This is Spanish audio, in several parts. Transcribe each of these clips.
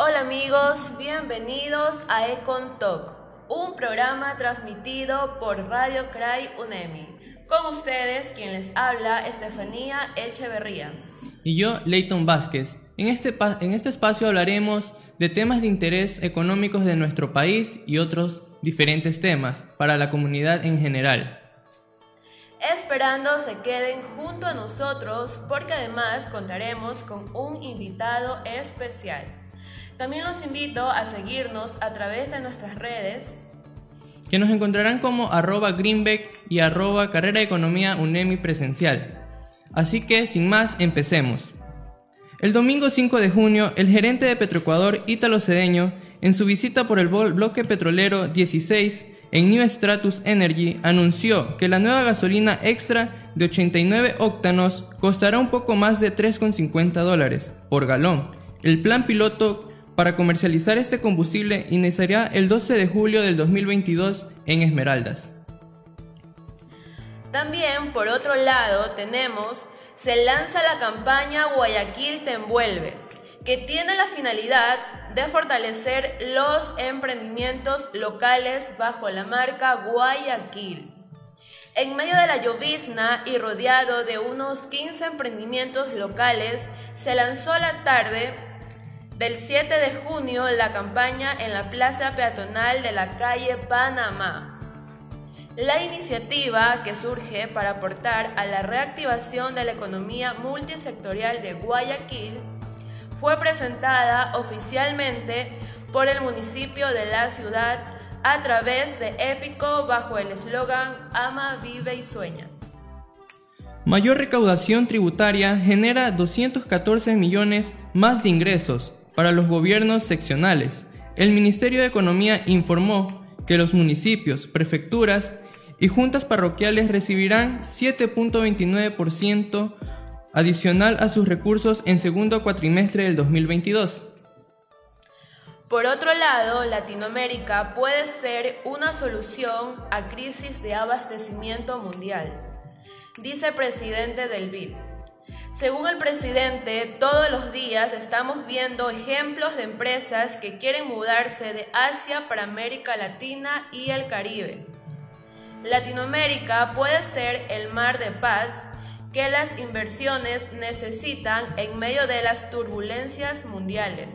Hola amigos, bienvenidos a Econ Talk, un programa transmitido por Radio CRAI UNEMI. Con ustedes, quien les habla, Estefanía Echeverría. Y yo, Leighton Vázquez. En este espacio hablaremos de temas de interés económicos de nuestro país y otros diferentes temas para la comunidad en general. Esperando se queden junto a nosotros porque además contaremos con un invitado especial. También los invito a seguirnos a través de nuestras redes, que nos encontrarán como @Greenbeck y @Carrera de Economía UNEMI Presencial. Así que, sin más, empecemos. El domingo 5 de junio, el gerente de Petroecuador, Ítalo Cedeño, en su visita por el bloque petrolero 16 en New Stratus Energy, anunció que la nueva gasolina extra de 89 octanos costará un poco más de $3,50 por galón. El plan piloto para comercializar este combustible iniciará el 12 de julio del 2022 en Esmeraldas. También, por otro lado, se lanza la campaña Guayaquil te envuelve, que tiene la finalidad de fortalecer los emprendimientos locales bajo la marca Guayaquil. En medio de la llovizna y rodeado de unos 15 emprendimientos locales, se lanzó la tarde del 7 de junio la campaña en la plaza peatonal de la calle Panamá. La iniciativa, que surge para aportar a la reactivación de la economía multisectorial de Guayaquil, fue presentada oficialmente por el municipio de la ciudad a través de Épico bajo el eslogan Ama, Vive y Sueña. Mayor recaudación tributaria genera 214 millones más de ingresos para los gobiernos seccionales. El Ministerio de Economía informó que los municipios, prefecturas y juntas parroquiales recibirán 7.29% adicional a sus recursos en segundo cuatrimestre del 2022. Por otro lado, Latinoamérica puede ser una solución a crisis de abastecimiento mundial, dice el presidente del BID. Según el presidente, todos los días estamos viendo ejemplos de empresas que quieren mudarse de Asia para América Latina y el Caribe. Latinoamérica puede ser el mar de paz que las inversiones necesitan en medio de las turbulencias mundiales,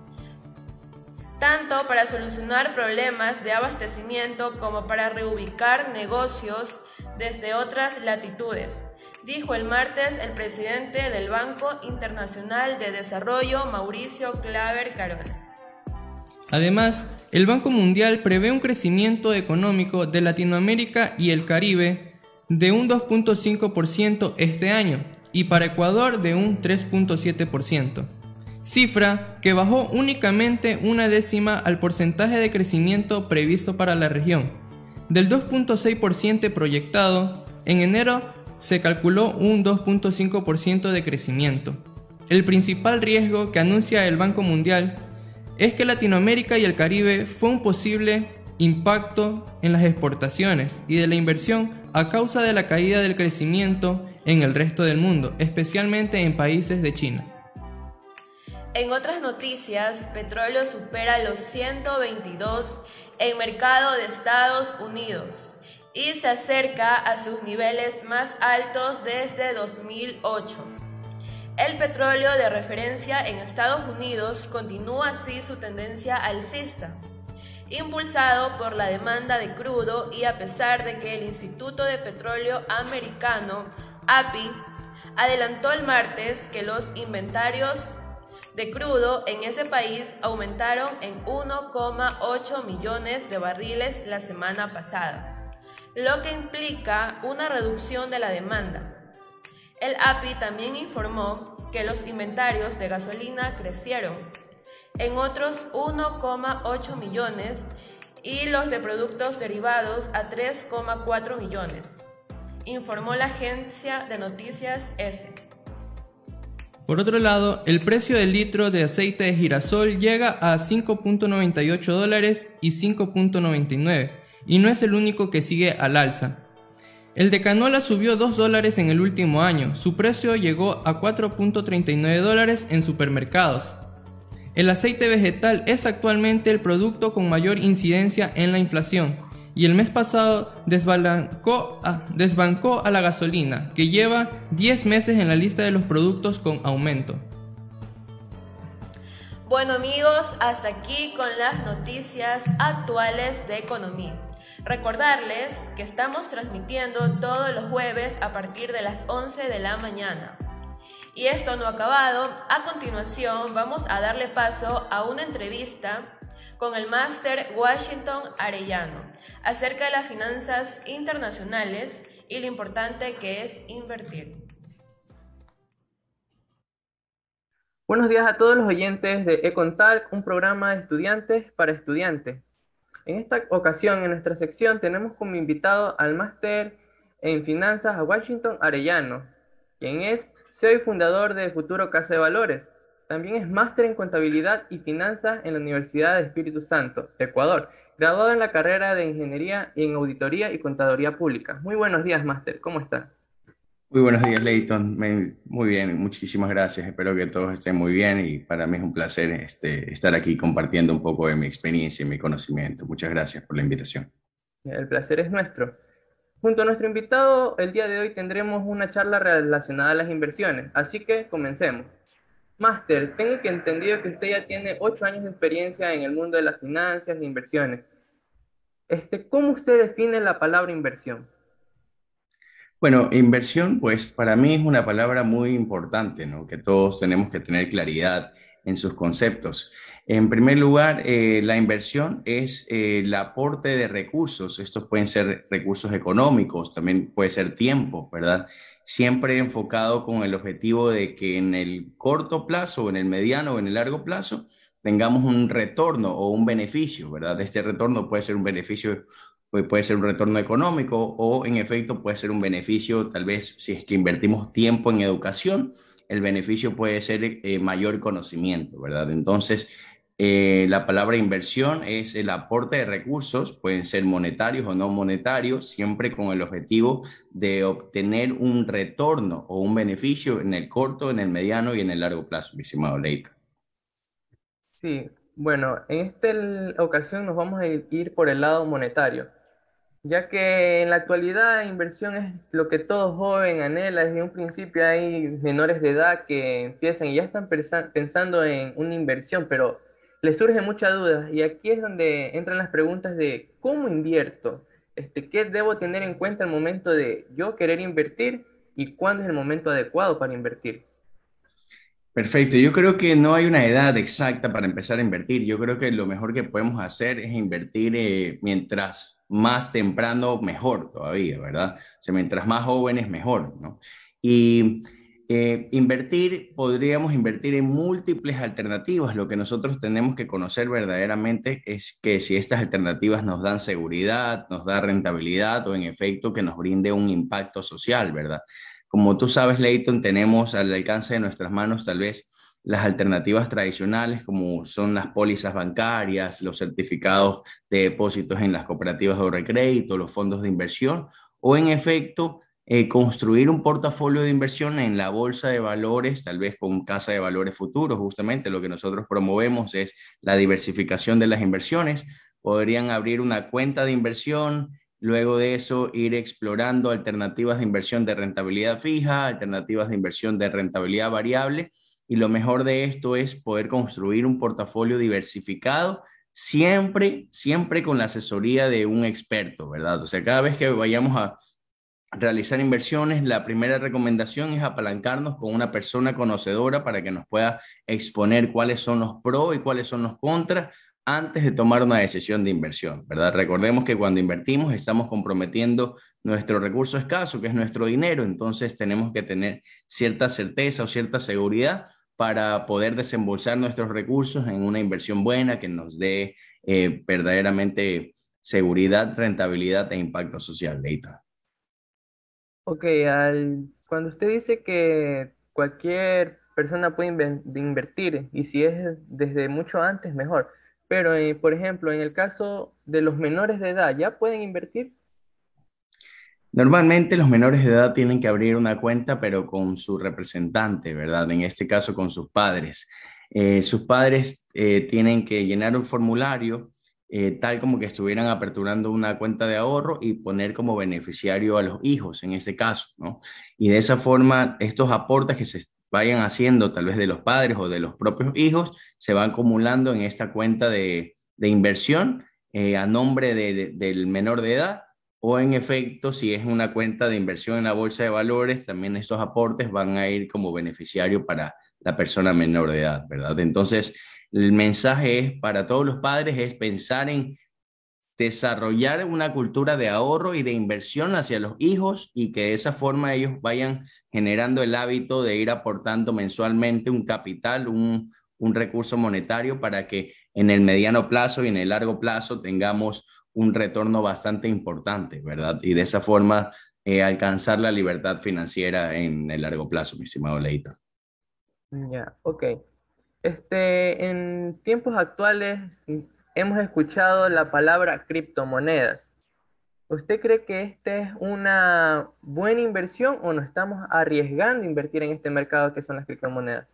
tanto para solucionar problemas de abastecimiento como para reubicar negocios desde otras latitudes, dijo el martes el presidente del Banco Internacional de Desarrollo, Mauricio Claver Carona. Además, el Banco Mundial prevé un crecimiento económico de Latinoamérica y el Caribe de un 2.5% este año y para Ecuador de un 3.7%, cifra que bajó únicamente una décima al porcentaje de crecimiento previsto para la región. Del 2.6% proyectado, en enero se calculó un 2.5% de crecimiento. El principal riesgo que anuncia el Banco Mundial es que Latinoamérica y el Caribe fue un posible impacto en las exportaciones y de la inversión a causa de la caída del crecimiento en el resto del mundo, especialmente en países de China. En otras noticias, petróleo supera los 122 en mercado de Estados Unidos y se acerca a sus niveles más altos desde 2008. El petróleo de referencia en Estados Unidos continúa así su tendencia alcista, impulsado por la demanda de crudo y a pesar de que el Instituto de Petróleo Americano, API, adelantó el martes que los inventarios de crudo en ese país aumentaron en 1,8 millones de barriles la semana pasada, lo que implica una reducción de la demanda. El API también informó que los inventarios de gasolina crecieron en otros 1,8 millones y los de productos derivados a 3,4 millones, informó la agencia de noticias EFE. Por otro lado, el precio del litro de aceite de girasol llega a $5.98 y $5.99, y no es el único que sigue al alza. El de canola subió $2 en el último año, su precio llegó a $4.39 en supermercados. El aceite vegetal es actualmente el producto con mayor incidencia en la inflación y el mes pasado desbancó a la gasolina, que lleva 10 meses en la lista de los productos con aumento. Bueno amigos, hasta aquí con las noticias actuales de economía. Recordarles que estamos transmitiendo todos los jueves a partir de las 11 de la mañana. Y esto no ha acabado. A continuación vamos a darle paso a una entrevista con el máster Washington Arellano acerca de las finanzas internacionales y lo importante que es invertir. Buenos días a todos los oyentes de Econtalk, un programa de estudiantes para estudiantes. En esta ocasión, en nuestra sección, tenemos como invitado al máster en finanzas a Washington Arellano, quien es CEO y fundador de Futuro Casa de Valores. También es máster en contabilidad y finanzas en la Universidad de Espíritu Santo, Ecuador, graduado en la carrera de Ingeniería en Auditoría y Contaduría Pública. Muy buenos días, máster. ¿Cómo está? Muy buenos días, Leighton. Muy bien, muchísimas gracias. Espero que todos estén muy bien y para mí es un placer estar aquí compartiendo un poco de mi experiencia y mi conocimiento. Muchas gracias por la invitación. El placer es nuestro. Junto a nuestro invitado, el día de hoy tendremos una charla relacionada a las inversiones, así que comencemos. Máster, tengo que entendido que usted ya tiene 8 años de experiencia en el mundo de las finanzas e inversiones. ¿Cómo usted define la palabra inversión? Bueno, inversión, pues para mí es una palabra muy importante, ¿no? Que todos tenemos que tener claridad en sus conceptos. En primer lugar, la inversión es el aporte de recursos. Estos pueden ser recursos económicos, también puede ser tiempo, ¿verdad? Siempre enfocado con el objetivo de que en el corto plazo, en el mediano o en el largo plazo, tengamos un retorno o un beneficio, ¿verdad? Este retorno puede ser un beneficio, puede ser un retorno económico o en efecto puede ser un beneficio, tal vez si es que invertimos tiempo en educación, el beneficio puede ser mayor conocimiento, ¿verdad? Entonces, la palabra inversión es el aporte de recursos, pueden ser monetarios o no monetarios, siempre con el objetivo de obtener un retorno o un beneficio en el corto, en el mediano y en el largo plazo, mi estimado Leighton. Sí, bueno, en esta ocasión nos vamos a ir por el lado monetario, ya que en la actualidad la inversión es lo que todo joven anhela. Desde un principio hay menores de edad que empiezan y ya están pensando en una inversión, pero les surge mucha duda y aquí es donde entran las preguntas de ¿cómo invierto? ¿Qué debo tener en cuenta al momento de yo querer invertir y cuándo es el momento adecuado para invertir? Perfecto, yo creo que no hay una edad exacta para empezar a invertir. Yo creo que lo mejor que podemos hacer es invertir mientras más temprano, mejor todavía, ¿verdad? O sea, mientras más jóvenes, mejor, ¿no? Y podríamos invertir en múltiples alternativas. Lo que nosotros tenemos que conocer verdaderamente es que si estas alternativas nos dan seguridad, nos da rentabilidad o en efecto que nos brinde un impacto social, ¿verdad? Como tú sabes, Leighton, tenemos al alcance de nuestras manos tal vez las alternativas tradicionales, como son las pólizas bancarias, los certificados de depósitos en las cooperativas de ahorro y crédito, los fondos de inversión, o en efecto, construir un portafolio de inversión en la bolsa de valores, tal vez con casa de valores futuros. Justamente lo que nosotros promovemos es la diversificación de las inversiones. Podrían abrir una cuenta de inversión. Luego de eso, ir explorando alternativas de inversión de rentabilidad fija, alternativas de inversión de rentabilidad variable. Y lo mejor de esto es poder construir un portafolio diversificado, siempre con la asesoría de un experto, ¿verdad? O sea, cada vez que vayamos a realizar inversiones, la primera recomendación es apalancarnos con una persona conocedora para que nos pueda exponer cuáles son los pros y cuáles son los contras antes de tomar una decisión de inversión, ¿verdad? Recordemos que cuando invertimos estamos comprometiendo nuestro recurso escaso, que es nuestro dinero, entonces tenemos que tener cierta certeza o cierta seguridad para poder desembolsar nuestros recursos en una inversión buena que nos dé verdaderamente seguridad, rentabilidad e impacto social, Leighton. Ok, cuando usted dice que cualquier persona puede invertir y si es desde mucho antes, mejor. Pero, por ejemplo, en el caso de los menores de edad, ¿ya pueden invertir? Normalmente los menores de edad tienen que abrir una cuenta, pero con su representante, ¿verdad? En este caso con sus padres. Sus padres tienen que llenar un formulario tal como que estuvieran aperturando una cuenta de ahorro y poner como beneficiario a los hijos en ese caso, ¿no? Y de esa forma, estos aportes que se vayan haciendo tal vez de los padres o de los propios hijos, se van acumulando en esta cuenta de inversión a nombre del menor de edad. O en efecto, si es una cuenta de inversión en la bolsa de valores, también estos aportes van a ir como beneficiario para la persona menor de edad, ¿verdad? Entonces, el mensaje es para todos los padres es pensar en desarrollar una cultura de ahorro y de inversión hacia los hijos y que de esa forma ellos vayan generando el hábito de ir aportando mensualmente un capital, un recurso monetario para que en el mediano plazo y en el largo plazo tengamos un retorno bastante importante, ¿verdad? Y de esa forma alcanzar la libertad financiera en el largo plazo, mi estimado Leito. Ya, ok. En tiempos actuales hemos escuchado la palabra criptomonedas. ¿Usted cree que esta es una buena inversión o nos estamos arriesgando a invertir en este mercado que son las criptomonedas?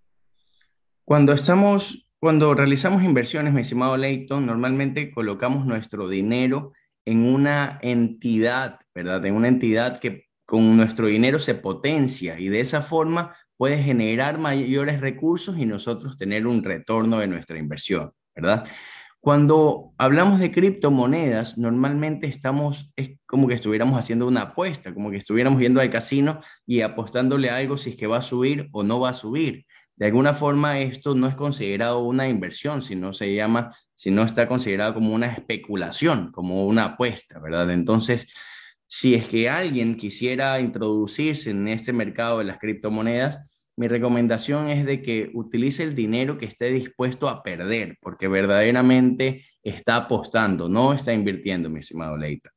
Cuando realizamos inversiones, mi estimado Leighton, normalmente colocamos nuestro dinero en una entidad, ¿verdad? En una entidad que con nuestro dinero se potencia y de esa forma puede generar mayores recursos y nosotros tener un retorno de nuestra inversión, ¿verdad? Cuando hablamos de criptomonedas, normalmente es como que estuviéramos haciendo una apuesta, como que estuviéramos yendo al casino y apostándole a algo si es que va a subir o no va a subir. De alguna forma, esto no es considerado una inversión, sino está considerado como una especulación, como una apuesta, ¿verdad? Entonces, si es que alguien quisiera introducirse en este mercado de las criptomonedas, mi recomendación es de que utilice el dinero que esté dispuesto a perder, porque verdaderamente está apostando, no está invirtiendo, mi estimado Leita.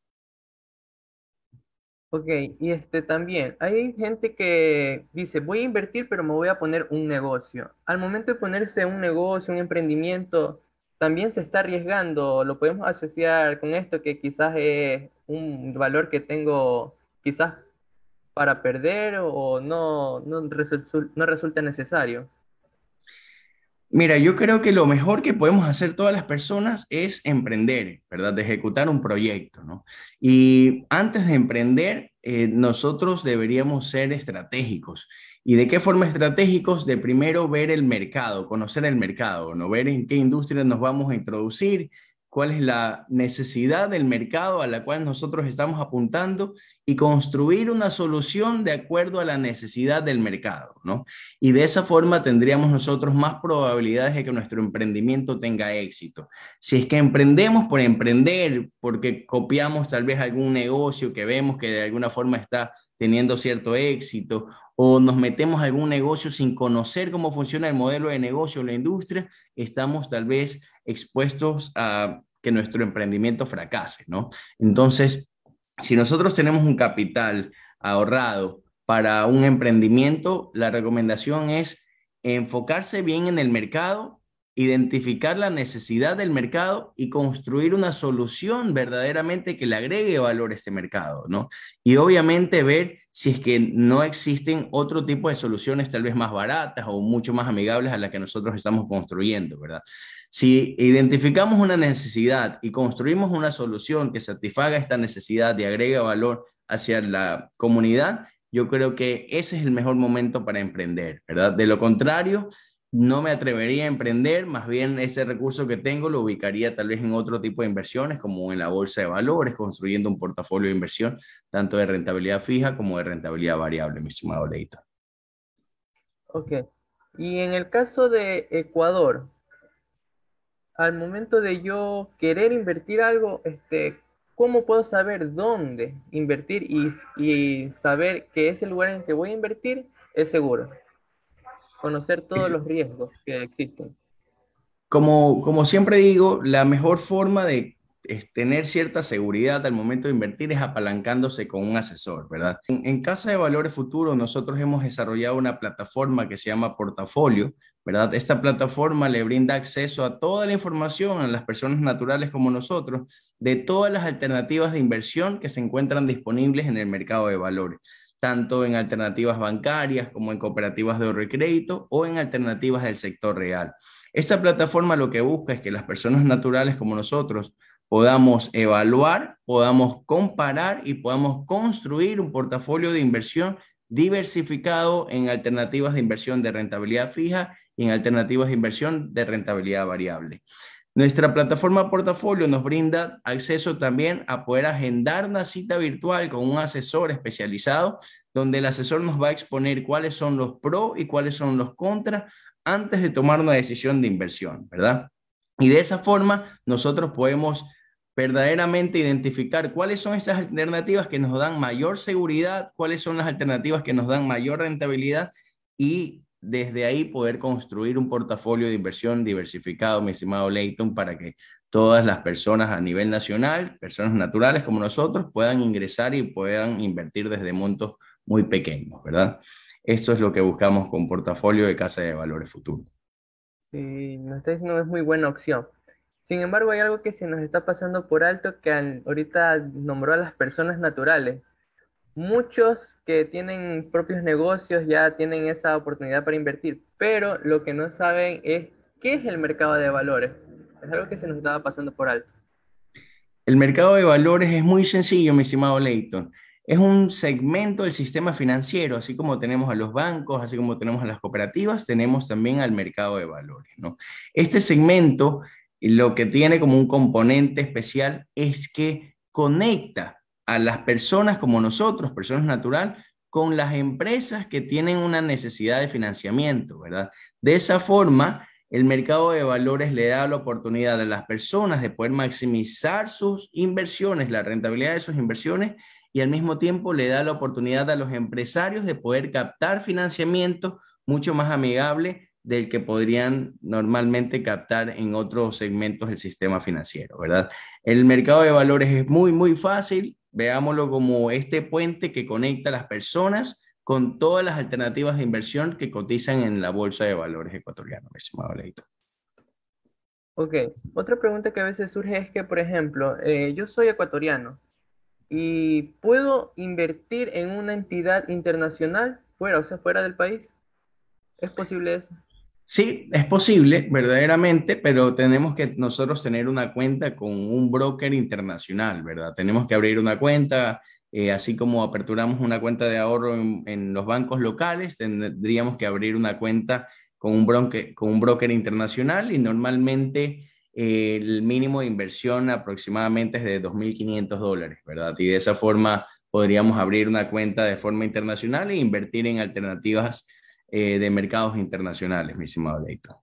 Ok, y también, hay gente que dice, voy a invertir, pero me voy a poner un negocio. Al momento de ponerse un negocio, un emprendimiento, también se está arriesgando. Lo podemos asociar con esto que quizás es un valor que tengo quizás para perder o no resulta necesario. Mira, yo creo que lo mejor que podemos hacer todas las personas es emprender, ¿verdad? De ejecutar un proyecto, ¿no? Y antes de emprender, nosotros deberíamos ser estratégicos. ¿Y de qué forma estratégicos? De primero ver el mercado, conocer el mercado, ¿no? Ver en qué industria nos vamos a introducir, cuál es la necesidad del mercado a la cual nosotros estamos apuntando y construir una solución de acuerdo a la necesidad del mercado, ¿no? Y de esa forma tendríamos nosotros más probabilidades de que nuestro emprendimiento tenga éxito. Si es que emprendemos por emprender, porque copiamos tal vez algún negocio que vemos que de alguna forma está teniendo cierto éxito, o nos metemos a algún negocio sin conocer cómo funciona el modelo de negocio o la industria, estamos tal vez expuestos a que nuestro emprendimiento fracase, ¿no? Entonces, si nosotros tenemos un capital ahorrado para un emprendimiento, la recomendación es enfocarse bien en el mercado, identificar la necesidad del mercado y construir una solución verdaderamente que le agregue valor a este mercado, ¿no? Y obviamente ver si es que no existen otro tipo de soluciones tal vez más baratas o mucho más amigables a las que nosotros estamos construyendo, ¿verdad? Si identificamos una necesidad y construimos una solución que satisfaga esta necesidad y agrega valor hacia la comunidad, yo creo que ese es el mejor momento para emprender, ¿verdad? De lo contrario, no me atrevería a emprender, más bien ese recurso que tengo lo ubicaría tal vez en otro tipo de inversiones, como en la bolsa de valores, construyendo un portafolio de inversión, tanto de rentabilidad fija como de rentabilidad variable, mi estimado Leito. Ok, y en el caso de Ecuador, al momento de yo querer invertir algo, ¿cómo puedo saber dónde invertir y saber que ese lugar en el que voy a invertir es seguro? Conocer todos los riesgos que existen. Como siempre digo, la mejor forma de tener cierta seguridad al momento de invertir es apalancándose con un asesor, ¿verdad? En Casa de Valores Futuro nosotros hemos desarrollado una plataforma que se llama Portafolio, ¿verdad? Esta plataforma le brinda acceso a toda la información a las personas naturales como nosotros de todas las alternativas de inversión que se encuentran disponibles en el mercado de valores, tanto en alternativas bancarias como en cooperativas de ahorro y crédito o en alternativas del sector real. Esta plataforma lo que busca es que las personas naturales como nosotros podamos evaluar, podamos comparar y podamos construir un portafolio de inversión diversificado en alternativas de inversión de rentabilidad fija y en alternativas de inversión de rentabilidad variable. Nuestra plataforma portafolio nos brinda acceso también a poder agendar una cita virtual con un asesor especializado, donde el asesor nos va a exponer cuáles son los pros y cuáles son los contras antes de tomar una decisión de inversión, ¿verdad? Y de esa forma nosotros podemos verdaderamente identificar cuáles son esas alternativas que nos dan mayor seguridad, cuáles son las alternativas que nos dan mayor rentabilidad y desde ahí poder construir un portafolio de inversión diversificado, mi estimado Leighton, para que todas las personas a nivel nacional, personas naturales como nosotros, puedan ingresar y puedan invertir desde montos muy pequeños, ¿verdad? Esto es lo que buscamos con Portafolio de Casa de Valores Futuro. Sí, nos está diciendo que es muy buena opción. Sin embargo, hay algo que se nos está pasando por alto que ahorita nombró a las personas naturales. Muchos que tienen propios negocios ya tienen esa oportunidad para invertir, pero lo que no saben es qué es el mercado de valores. Es algo que se nos estaba pasando por alto. El mercado de valores es muy sencillo, mi estimado Leighton. Es un segmento del sistema financiero, así como tenemos a los bancos, así como tenemos a las cooperativas, tenemos también al mercado de valores, ¿no? Este segmento lo que tiene como un componente especial es que conecta a las personas como nosotros, personas naturales, con las empresas que tienen una necesidad de financiamiento, ¿verdad? De esa forma, el mercado de valores le da la oportunidad a las personas de poder maximizar sus inversiones, la rentabilidad de sus inversiones, y al mismo tiempo le da la oportunidad a los empresarios de poder captar financiamiento mucho más amigable del que podrían normalmente captar en otros segmentos del sistema financiero, ¿verdad? El mercado de valores es muy, muy fácil. Veámoslo como este puente que conecta a las personas con todas las alternativas de inversión que cotizan en la Bolsa de Valores ecuatoriana, mi estimado Leito. Ok, otra pregunta que a veces surge es que, por ejemplo, yo soy ecuatoriano y ¿puedo invertir en una entidad internacional fuera, o sea, fuera del país? ¿Es posible eso? Sí, es posible, verdaderamente, pero tenemos que nosotros tener una cuenta con un broker internacional, ¿verdad? Tenemos que abrir una cuenta, así como aperturamos una cuenta de ahorro en los bancos locales, tendríamos que abrir una cuenta con un broker internacional y normalmente el mínimo de inversión aproximadamente es de $2.500, ¿verdad? Y de esa forma podríamos abrir una cuenta de forma internacional e invertir en alternativas de mercados internacionales, mi estimado Leito.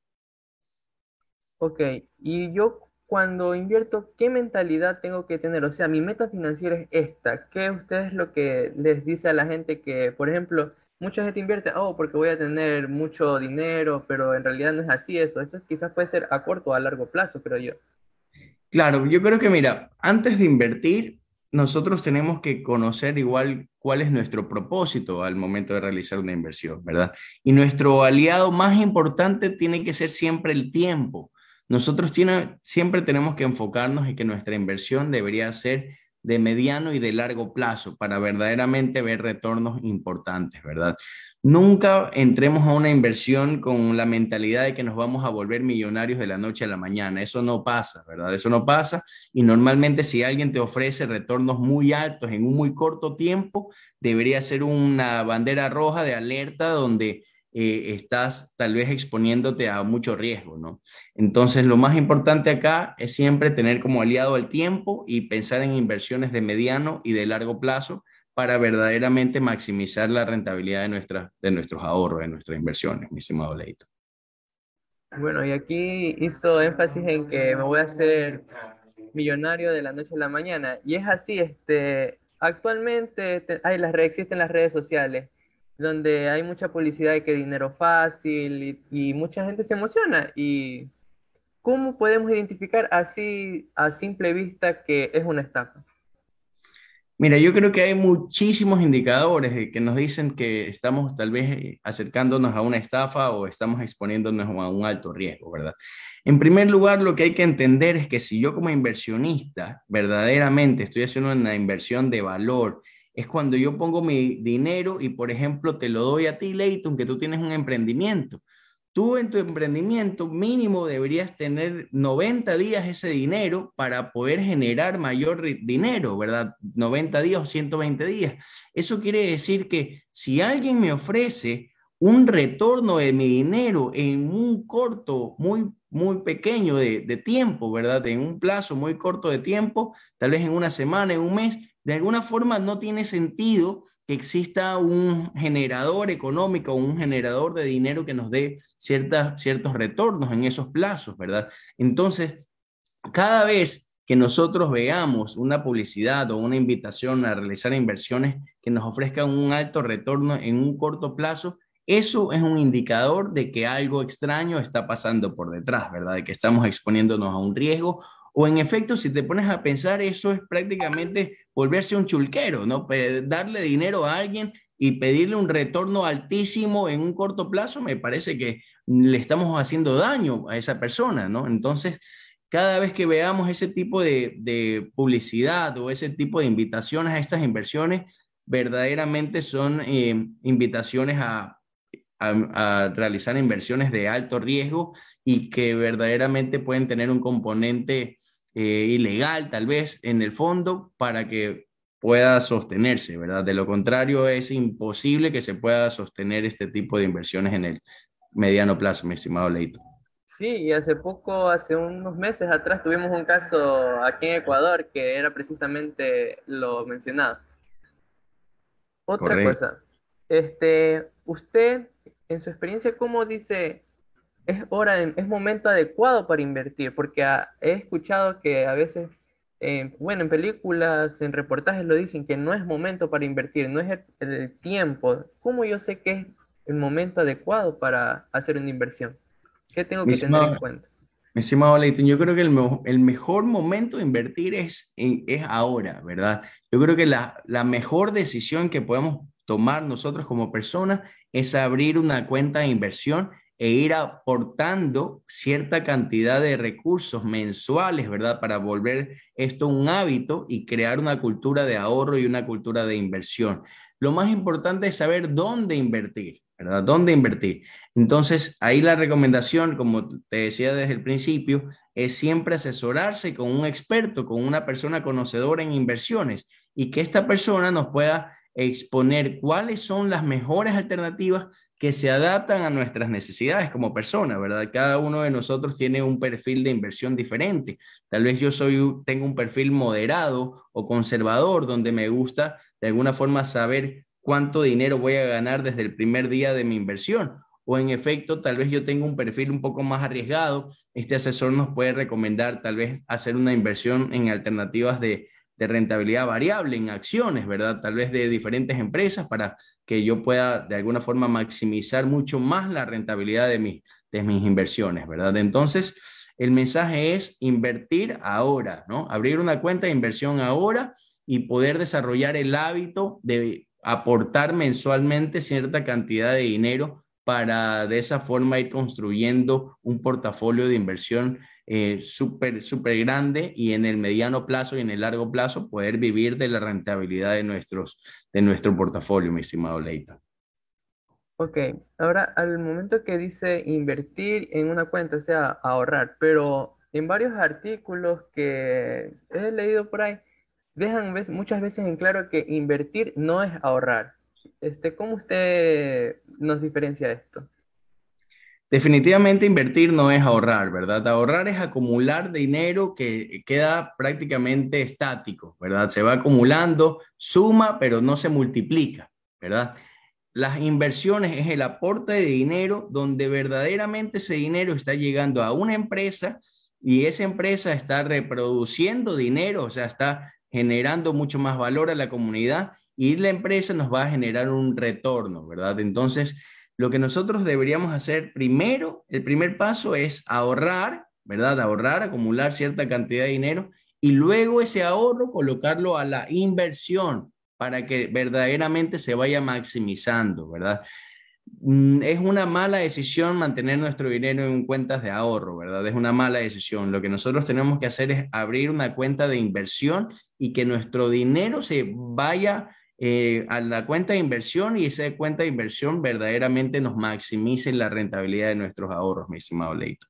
Ok, y yo cuando invierto, ¿qué mentalidad tengo que tener? O sea, mi meta financiera es esta. ¿Qué usted es lo que les dice a la gente que, por ejemplo, mucha gente invierte, oh, porque voy a tener mucho dinero, pero en realidad no es así eso. Eso quizás puede ser a corto o a largo plazo, creo yo. Claro, yo creo que mira, antes de invertir, nosotros tenemos que conocer igual cuál es nuestro propósito al momento de realizar una inversión, ¿verdad? Y nuestro aliado más importante tiene que ser siempre el tiempo. Nosotros siempre tenemos que enfocarnos en que nuestra inversión debería ser de mediano y de largo plazo para verdaderamente ver retornos importantes, ¿verdad? Nunca entremos a una inversión con la mentalidad de que nos vamos a volver millonarios de la noche a la mañana. Eso no pasa, ¿verdad? Eso no pasa. Y normalmente si alguien te ofrece retornos muy altos en un muy corto tiempo, debería ser una bandera roja de alerta donde estás tal vez exponiéndote a mucho riesgo, ¿no? Entonces, lo más importante acá es siempre tener como aliado el tiempo y pensar en inversiones de mediano y de largo plazo para verdaderamente maximizar la rentabilidad de nuestros ahorros, de nuestras inversiones, mi estimado Leito. Bueno, y aquí hizo énfasis en que me voy a hacer millonario de la noche a la mañana. Y es así, actualmente existen las redes sociales, donde hay mucha publicidad de que dinero fácil y mucha gente se emociona. ¿Y cómo podemos identificar así a simple vista que es una estafa? Mira, yo creo que hay muchísimos indicadores que nos dicen que estamos tal vez acercándonos a una estafa o estamos exponiéndonos a un alto riesgo, ¿verdad? En primer lugar, lo que hay que entender es que si yo como inversionista verdaderamente estoy haciendo una inversión de valor es cuando yo pongo mi dinero y, por ejemplo, te lo doy a ti, Leighton, que tú tienes un emprendimiento. Tú en tu emprendimiento mínimo deberías tener 90 días ese dinero para poder generar mayor dinero, ¿verdad? 90 días o 120 días. Eso quiere decir que si alguien me ofrece un retorno de mi dinero en un corto, muy pequeño de tiempo, ¿verdad? En un plazo muy corto de tiempo, tal vez en una semana, en un mes, de alguna forma no tiene sentido que exista un generador económico o un generador de dinero que nos dé ciertos retornos en esos plazos, ¿verdad? Entonces, cada vez que nosotros veamos una publicidad o una invitación a realizar inversiones que nos ofrezcan un alto retorno en un corto plazo, eso es un indicador de que algo extraño está pasando por detrás, ¿verdad? De que estamos exponiéndonos a un riesgo. O en efecto, si te pones a pensar, eso es prácticamente volverse un chulquero, ¿no? Darle dinero a alguien y pedirle un retorno altísimo en un corto plazo, me parece que le estamos haciendo daño a esa persona, ¿no? Entonces, cada vez que veamos ese tipo de publicidad o ese tipo de invitaciones a estas inversiones, verdaderamente son invitaciones a realizar inversiones de alto riesgo y que verdaderamente pueden tener un componente ilegal, tal vez, en el fondo para que pueda sostenerse, ¿verdad? De lo contrario, es imposible que se pueda sostener este tipo de inversiones en el mediano plazo, mi estimado Leito. Sí, y hace poco, hace unos meses atrás, tuvimos un caso aquí en Ecuador que era precisamente lo mencionado. Otra Correcto. cosa, usted, en su experiencia, ¿cómo dice es momento adecuado para invertir? Porque he escuchado que a veces, bueno, en películas, en reportajes lo dicen que no es momento para invertir, no es el tiempo. ¿Cómo yo sé que es el momento adecuado para hacer una inversión? ¿Qué tengo Mi que tener en estimado, cuenta? Mi estimado Leighton, yo creo que el mejor momento de invertir es ahora, ¿verdad? Yo creo que la mejor decisión que podemos tomar nosotros como personas es abrir una cuenta de inversión e ir aportando cierta cantidad de recursos mensuales, ¿verdad? Para volver esto un hábito y crear una cultura de ahorro y una cultura de inversión. Lo más importante es saber dónde invertir, ¿verdad? ¿Dónde invertir? Entonces, ahí la recomendación, como te decía desde el principio, es siempre asesorarse con un experto, con una persona conocedora en inversiones y que esta persona nos pueda exponer cuáles son las mejores alternativas que se adaptan a nuestras necesidades como persona, ¿verdad? Cada uno de nosotros tiene un perfil de inversión diferente. Tal vez tengo un perfil moderado o conservador, donde me gusta de alguna forma saber cuánto dinero voy a ganar desde el primer día de mi inversión. O en efecto, tal vez yo tengo un perfil un poco más arriesgado. Este asesor nos puede recomendar tal vez hacer una inversión en alternativas de rentabilidad variable, en acciones, ¿verdad? Tal vez de diferentes empresas para que yo pueda de alguna forma maximizar mucho más la rentabilidad de mis inversiones, ¿verdad? Entonces, el mensaje es invertir ahora, ¿no? Abrir una cuenta de inversión ahora y poder desarrollar el hábito de aportar mensualmente cierta cantidad de dinero para de esa forma ir construyendo un portafolio de inversión súper grande y en el mediano plazo y en el largo plazo poder vivir de la rentabilidad de nuestro portafolio, mi estimado Leita. Ok, ahora al momento que dice invertir en una cuenta, o sea, ahorrar, pero en varios artículos que he leído por ahí, muchas veces en claro que invertir no es ahorrar. ¿Cómo usted nos diferencia esto? Definitivamente invertir no es ahorrar, ¿verdad? Ahorrar es acumular dinero que queda prácticamente estático, ¿verdad? Se va acumulando, suma, pero no se multiplica, ¿verdad? Las inversiones es el aporte de dinero donde verdaderamente ese dinero está llegando a una empresa y esa empresa está reproduciendo dinero, o sea, está generando mucho más valor a la comunidad y la empresa nos va a generar un retorno, ¿verdad? Entonces, lo que nosotros deberíamos hacer primero, el primer paso es ahorrar, ¿verdad? Ahorrar, acumular cierta cantidad de dinero y luego ese ahorro colocarlo a la inversión para que verdaderamente se vaya maximizando, ¿verdad? Es una mala decisión mantener nuestro dinero en cuentas de ahorro, ¿verdad? Es una mala decisión. Lo que nosotros tenemos que hacer es abrir una cuenta de inversión y que nuestro dinero se vaya a la cuenta de inversión y esa cuenta de inversión verdaderamente nos maximice la rentabilidad de nuestros ahorros, mi estimado Leito.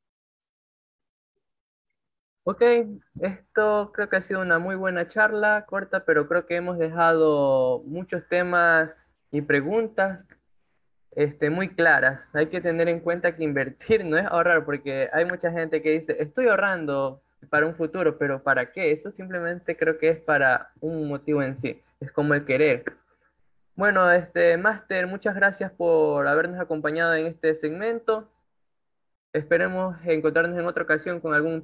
Ok, esto creo que ha sido una muy buena charla, corta, pero creo que hemos dejado muchos temas y preguntas muy claras. Hay que tener en cuenta que invertir no es ahorrar, porque hay mucha gente que dice, estoy ahorrando para un futuro, pero ¿para qué? Eso simplemente creo que es para un motivo en sí, es como el querer. Bueno, Máster, muchas gracias por habernos acompañado en este segmento. Esperemos encontrarnos en otra ocasión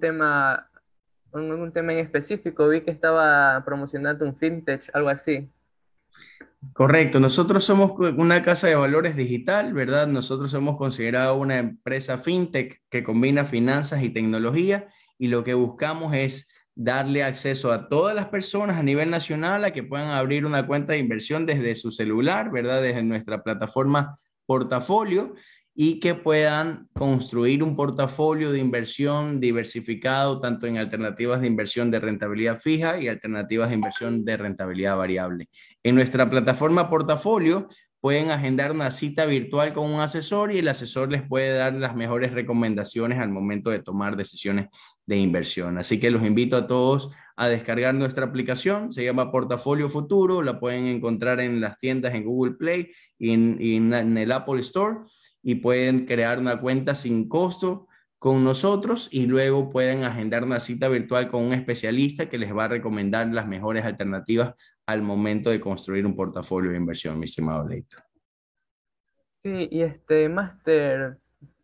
con algún tema en específico. Vi que estaba promocionando un fintech, algo así. Correcto, nosotros somos una casa de valores digital, ¿verdad? Nosotros somos considerados una empresa fintech que combina finanzas y tecnología y lo que buscamos es darle acceso a todas las personas a nivel nacional a que puedan abrir una cuenta de inversión desde su celular, ¿verdad? Desde nuestra plataforma Portafolio y que puedan construir un portafolio de inversión diversificado tanto en alternativas de inversión de rentabilidad fija y alternativas de inversión de rentabilidad variable. En nuestra plataforma Portafolio pueden agendar una cita virtual con un asesor y el asesor les puede dar las mejores recomendaciones al momento de tomar decisiones de inversión. Así que los invito a todos a descargar nuestra aplicación, se llama Portafolio Futuro, la pueden encontrar en las tiendas en Google Play y en el Apple Store y pueden crear una cuenta sin costo con nosotros y luego pueden agendar una cita virtual con un especialista que les va a recomendar las mejores alternativas al momento de construir un portafolio de inversión, mi estimado Leito. Sí, y Máster,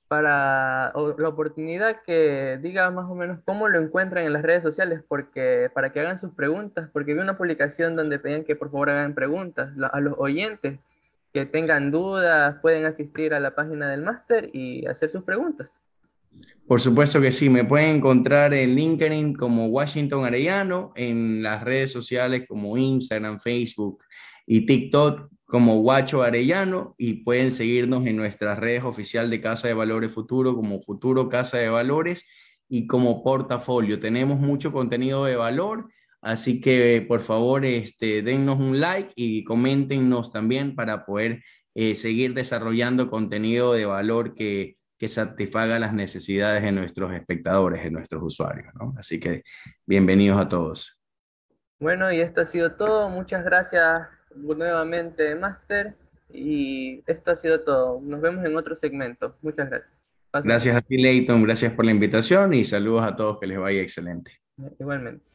la oportunidad que diga más o menos cómo lo encuentran en las redes sociales, porque para que hagan sus preguntas, porque vi una publicación donde pedían que por favor hagan preguntas a los oyentes que tengan dudas, pueden asistir a la página del máster y hacer sus preguntas. Por supuesto que sí, me pueden encontrar en LinkedIn como Washington Arellano, en las redes sociales como Instagram, Facebook y TikTok como Guacho Arellano y pueden seguirnos en nuestras redes oficiales de Casa de Valores Futuro como Futuro Casa de Valores y como Portafolio. Tenemos mucho contenido de valor, así que por favor dennos un like y coméntenos también para poder seguir desarrollando contenido de valor que satisfaga las necesidades de nuestros espectadores, de nuestros usuarios, ¿no? Así que bienvenidos a todos. Bueno, y esto ha sido todo. Muchas gracias nuevamente, Máster. Y esto ha sido todo. Nos vemos en otro segmento. Muchas gracias. Pásenla. Gracias a ti, Leighton, gracias por la invitación y saludos a todos, que les vaya excelente. Igualmente.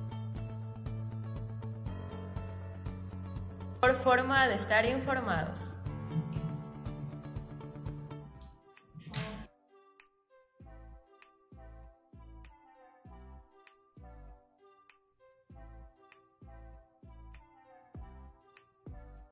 Por forma de estar informados.